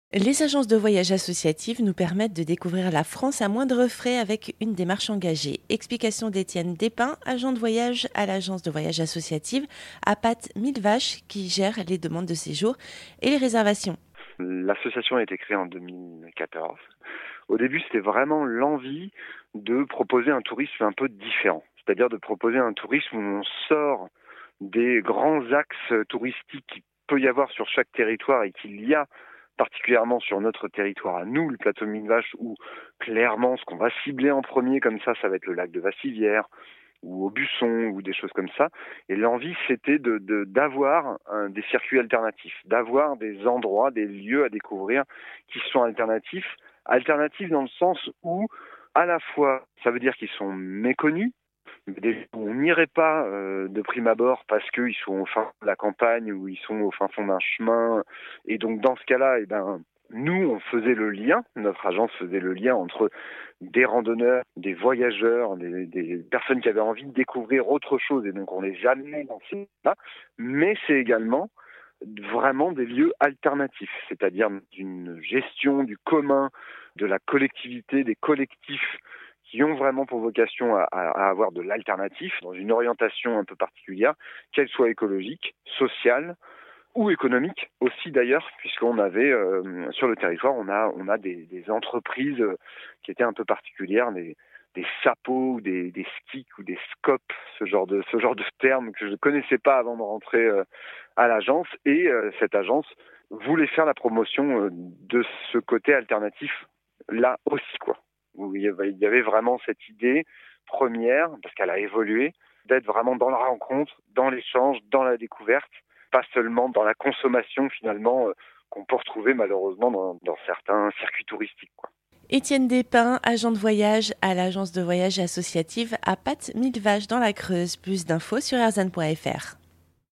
Les agences de voyage associatives nous permettent de découvrir la France à moindre frais avec une démarche engagée. Explication d'Étienne Despins, agent de voyage à l'agence de voyage associative à Pat Mille Vaches qui gère les demandes de séjour et les réservations. L'association a été créée en 2014. Au début, c'était vraiment l'envie de proposer un tourisme un peu différent, c'est-à-dire de proposer un tourisme où on sort des grands axes touristiques qu'il peut y avoir sur chaque territoire et qu'il y a particulièrement sur notre territoire à nous, le plateau de Mille Vaches, où clairement ce qu'on va cibler en premier comme ça va être le lac de Vassivière ou Aubusson ou des choses comme ça. Et l'envie, c'était d'avoir des circuits alternatifs, d'avoir des endroits, des lieux à découvrir qui sont alternatifs. Alternatifs dans le sens où, à la fois, ça veut dire qu'ils sont méconnus, on n'irait pas de prime abord parce qu'ils sont au fin de la campagne ou ils sont au fin fond d'un chemin. Et donc dans ce cas-là, nous, on faisait le lien, notre agence faisait le lien entre des randonneurs, des voyageurs, des personnes qui avaient envie de découvrir autre chose. Et donc on les amenait dans ces là. Mais c'est également vraiment des lieux alternatifs, c'est-à-dire d'une gestion du commun, de la collectivité, des collectifs qui ont vraiment pour vocation à avoir de l'alternatif dans une orientation un peu particulière, qu'elle soit écologique, sociale ou économique aussi d'ailleurs, puisqu'on avait sur le territoire, on a des entreprises qui étaient un peu particulières, des sapos ou des skis ou des scopes, ce genre de termes que je ne connaissais pas avant de rentrer à l'agence. Et cette agence voulait faire la promotion de ce côté alternatif là aussi, quoi. Où il y avait vraiment cette idée première, parce qu'elle a évolué, d'être vraiment dans la rencontre, dans l'échange, dans la découverte, pas seulement dans la consommation finalement qu'on peut retrouver malheureusement dans certains circuits touristiques, quoi. Étienne Despins, agent de voyage à l'agence de voyage associative à Pat Mille Vaches dans la Creuse. Plus d'infos sur erzan.fr.